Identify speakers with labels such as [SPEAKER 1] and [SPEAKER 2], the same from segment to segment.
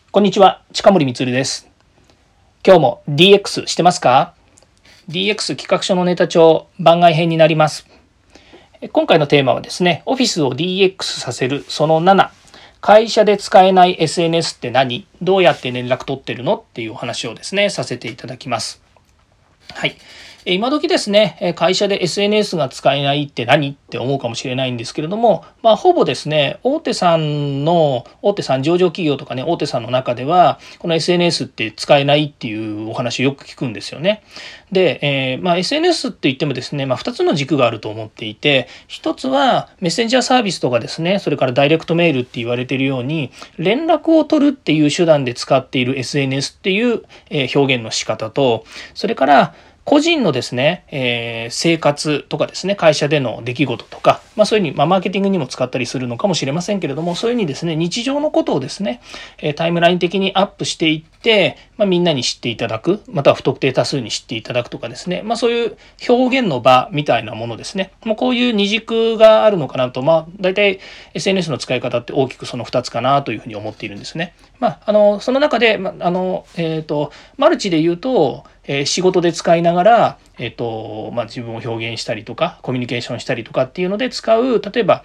[SPEAKER 1] こんにちは、近森光です。今日も DX してますか？ DX 企画書のネタ帳番外編になります。今回のテーマはですね、オフィスを DX させるその7、会社で使えない SNS って何？どうやって連絡取ってるの？っていうお話をですね、させていただきます。はい。今時ですね、会社で SNS が使えないって何って思うかもしれないんですけれども、ほぼですね、大手さん上場企業とかね、大手さんの中では、この SNS って使えないっていうお話をよく聞くんですよね。で、SNS って言ってもですね、2つの軸があると思っていて、一つはメッセンジャーサービスとかですね、それからダイレクトメールって言われているように、連絡を取るっていう手段で使っている SNS っていう表現の仕方と、それから個人のですね、生活とかですね、会社での出来事とか、そういうふうに、マーケティングにも使ったりするのかもしれませんけれども、そういうふうにですね、日常のことをですね、タイムライン的にアップしていって、みんなに知っていただく、または不特定多数に知っていただくとかですね、そういう表現の場みたいなものですね。こういう二軸があるのかなと、大体 SNS の使い方って大きくその2つかなというふうに思っているんですね。その中で、マルチで言うと、仕事で使いながら、自分を表現したりとかコミュニケーションしたりとかっていうので使う、例えば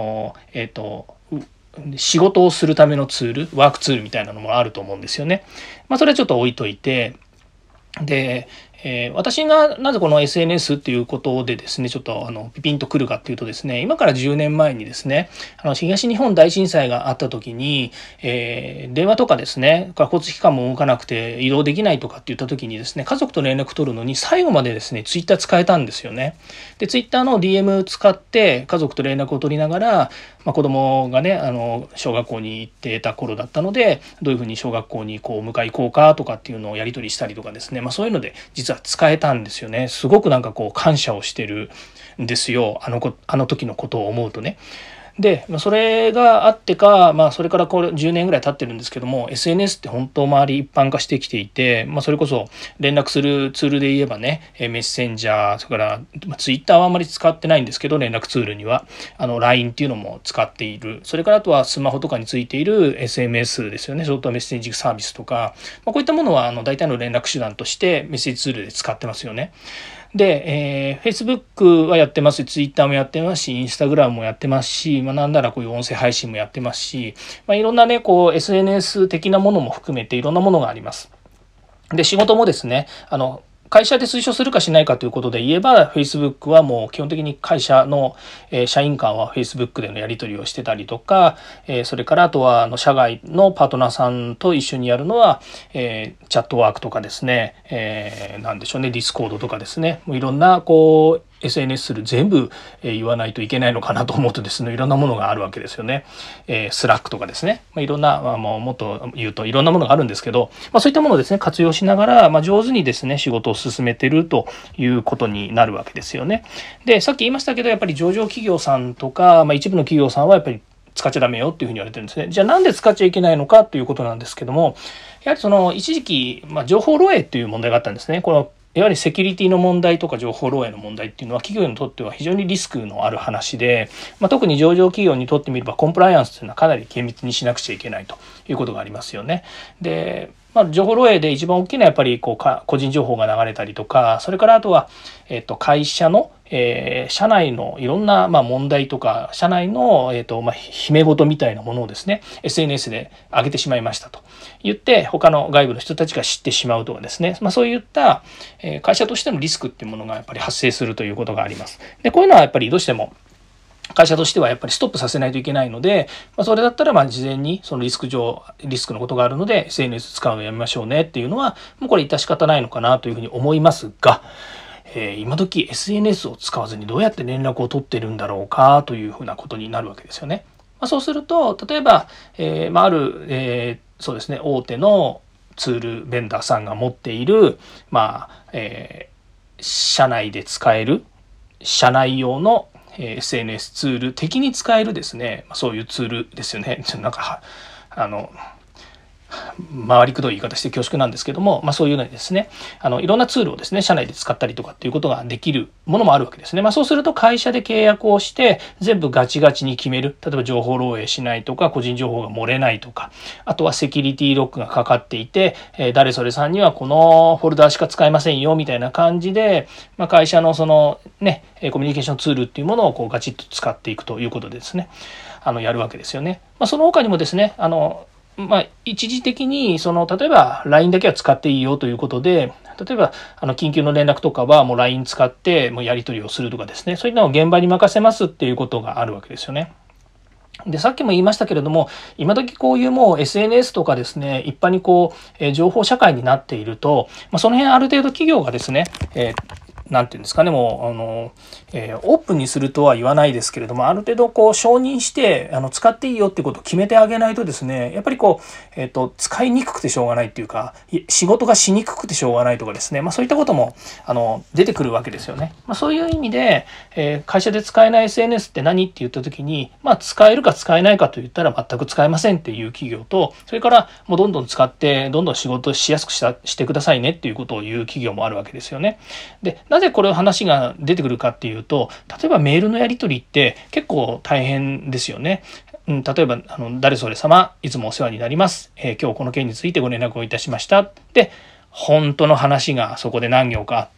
[SPEAKER 1] 仕事をするためのツール、ワークツールみたいなのもあると思うんですよね。それはちょっと置いといて、で、私がなぜこの SNS っていうことでですね、ちょっとピピンとくるかっていうとですね、今から10年前にですね、東日本大震災があった時に、電話とかですね、交通機関も動かなくて移動できないとかって言った時にですね、家族と連絡取るのに最後までですね、ツイッター使えたんですよね。で、ツイッターの DM 使って家族と連絡を取りながら、子供がね、小学校に行ってた頃だったので、どういうふうに小学校に迎え行こうかとかっていうのをやり取りしたりとかですね、そういうので実は使えたんですよね。すごく感謝をしてるんですよ。あの時のことを思うとね。で、それがあってか、それからこれ10年ぐらい経ってるんですけども、 SNS って本当周り一般化してきていて、それこそ連絡するツールで言えばね、メッセンジャー、それから、Twitter はあんまり使ってないんですけど、連絡ツールにはLINE っていうのも使っている。それからあとはスマホとかについている SMS ですよね、ショートメッセージサービスとか、こういったものは大体の連絡手段としてメッセージツールで使ってますよね。で、Facebook はやってますし、Twitter もやってますし、Instagram もやってますし、なんならこういう音声配信もやってますし、いろんなね、SNS 的なものも含めていろんなものがあります。で、仕事もですね、会社で推奨するかしないかということで言えば、Facebook はもう基本的に会社の社員間は Facebook でのやり取りをしてたりとか、それからあとは社外のパートナーさんと一緒にやるのは、チャットワークとかですね、なんでしょうね、Discord とかですね、もういろんなSNS する全部言わないといけないのかなと思うとですね、いろんなものがあるわけですよね。スラックとかですね、いろんな、もっと言うといろんなものがあるんですけど、そういったものをですね、活用しながら、上手にですね、仕事を進めてるということになるわけですよね。で、さっき言いましたけど、やっぱり上場企業さんとか、一部の企業さんはやっぱり使っちゃダメよっていうふうに言われてるんですね。じゃあなんで使っちゃいけないのかということなんですけども、やはりその一時期、情報漏洩っていう問題があったんですね。このいわゆるセキュリティの問題とか情報漏洩の問題っていうのは企業にとっては非常にリスクのある話で、特に上場企業にとってみればコンプライアンスというのはかなり厳密にしなくちゃいけないということがありますよね。で、情報漏洩で一番大きなやっぱり個人情報が流れたりとか、それからあとは、会社の社内のいろんな問題とか、社内の秘め事みたいなものをですね、SNS で上げてしまいましたと言って他の外部の人たちが知ってしまうとかですね、そういった会社としてのリスクっていうものがやっぱり発生するということがあります。で、こういうのはやっぱりどうしても会社としてはやっぱりストップさせないといけないので、それだったら事前にそのリスクのことがあるので SNS 使うのやめましょうねっていうのは、もうこれ致し方ないのかなというふうに思いますが、今時 SNS を使わずにどうやって連絡を取ってるんだろうかというふうなことになるわけですよね。そうすると例えば、ある、そうですね、大手のツールベンダーさんが持っている、社内で使える社内用の SNS ツール的に使えるですね、そういうツールですよね。 回りくどい言い方して恐縮なんですけども、そういうのにですね、いろんなツールをですね、社内で使ったりとかっていうことができるものもあるわけですね。そうすると会社で契約をして全部ガチガチに決める。例えば情報漏洩しないとか、個人情報が漏れないとか、あとはセキュリティロックがかかっていて、誰それさんにはこのフォルダーしか使えませんよみたいな感じで、会社のそのね、コミュニケーションツールっていうものをこうガチッと使っていくということでですね、やるわけですよね。その他にもですね、一時的に例えば LINE だけは使っていいよということで、例えば緊急の連絡とかはもう LINE 使ってもうやり取りをするとかですね、そういうのを現場に任せますっていうことがあるわけですよね。で、さっきも言いましたけれども、今時こういうもう SNS とかですね、一般にこう、情報社会になっていると、その辺ある程度企業がですね、なんていうんですかね、もうオープンにするとは言わないですけれども、ある程度こう承認して使っていいよってことを決めてあげないとですね、やっぱりこう、使いにくくてしょうがないっていうか、仕事がしにくくてしょうがないとかですね、そういったことも出てくるわけですよね。そういう意味で、会社で使えない SNS って何って言った時に、使えるか使えないかと言ったら全く使えませんっていう企業と、それからもうどんどん使ってどんどん仕事しやすくしてくださいねっていうことを言う企業もあるわけですよね。で、なぜこれ話が出てくるかっていうと、例えばメールのやり取りって結構大変ですよね。例えば誰それ様いつもお世話になります、今日この件についてご連絡をいたしましたで、本当の話がそこで何行かあって、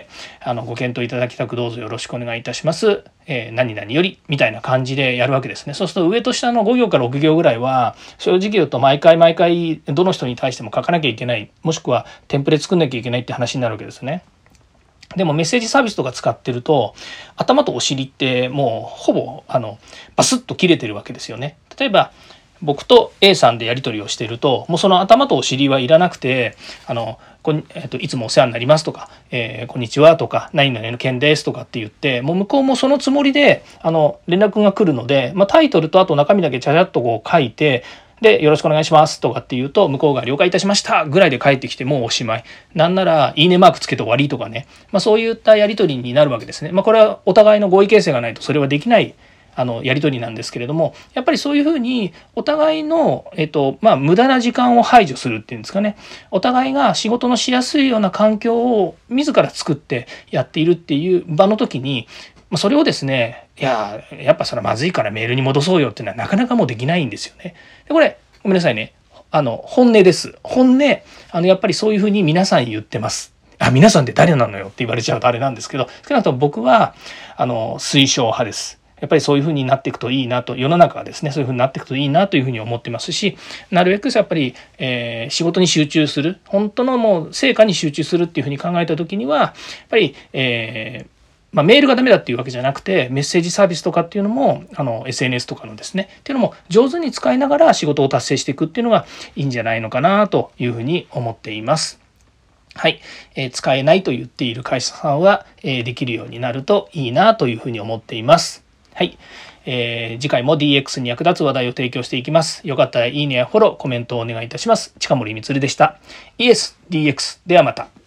[SPEAKER 1] ご検討いただきたくどうぞよろしくお願いいたします、何々よりみたいな感じでやるわけですね。そうすると上と下の5行から6行ぐらいは正直言うと毎回どの人に対しても書かなきゃいけない、もしくはテンプレ作んなきゃいけないって話になるわけですね。でもメッセージサービスとか使ってると頭とお尻ってもうほぼバスッと切れてるわけですよね。例えば僕と A さんでやり取りをしていると、もうその頭とお尻はいらなくていつもお世話になりますとか、こんにちはとか、何々の件ですとかって言って、もう向こうもそのつもりで連絡が来るので、タイトルとあと中身だけちゃちゃっとこう書いて、でよろしくお願いしますとかって言うと、向こうが了解いたしましたぐらいで帰ってきてもうおしまい。なんならいいねマークつけて終わりとかね、そういったやり取りになるわけですね。これはお互いの合意形成がないとそれはできないやり取りなんですけれども、やっぱりそういうふうにお互いの無駄な時間を排除するっていうんですかね、お互いが仕事のしやすいような環境を自ら作ってやっているっていう場の時に、それをですね、やっぱそれはまずいからメールに戻そうよっていうのはなかなかもうできないんですよね。でこれごめんなさいね、本音です。本音やっぱりそういうふうに皆さん言ってます。皆さんって誰なのよって言われちゃうとあれなんですけど、少なくとも僕は推奨派です。やっぱりそういうふうになっていくといいなと、世の中がですねそういうふうになっていくといいなというふうに思ってますし、なるべくやっぱり、仕事に集中する、本当のもう成果に集中するっていうふうに考えた時にはやっぱり、メールがダメだっていうわけじゃなくて、メッセージサービスとかっていうのもSNS とかのですねっていうのも上手に使いながら仕事を達成していくっていうのがいいんじゃないのかなというふうに思っています。はい、使えないと言っている会社さんは、できるようになるといいなというふうに思っています。はい、次回も DX に役立つ話題を提供していきます。よかったらいいねやフォロー、コメントをお願いいたします。近森光でした。イエス DX ではまた。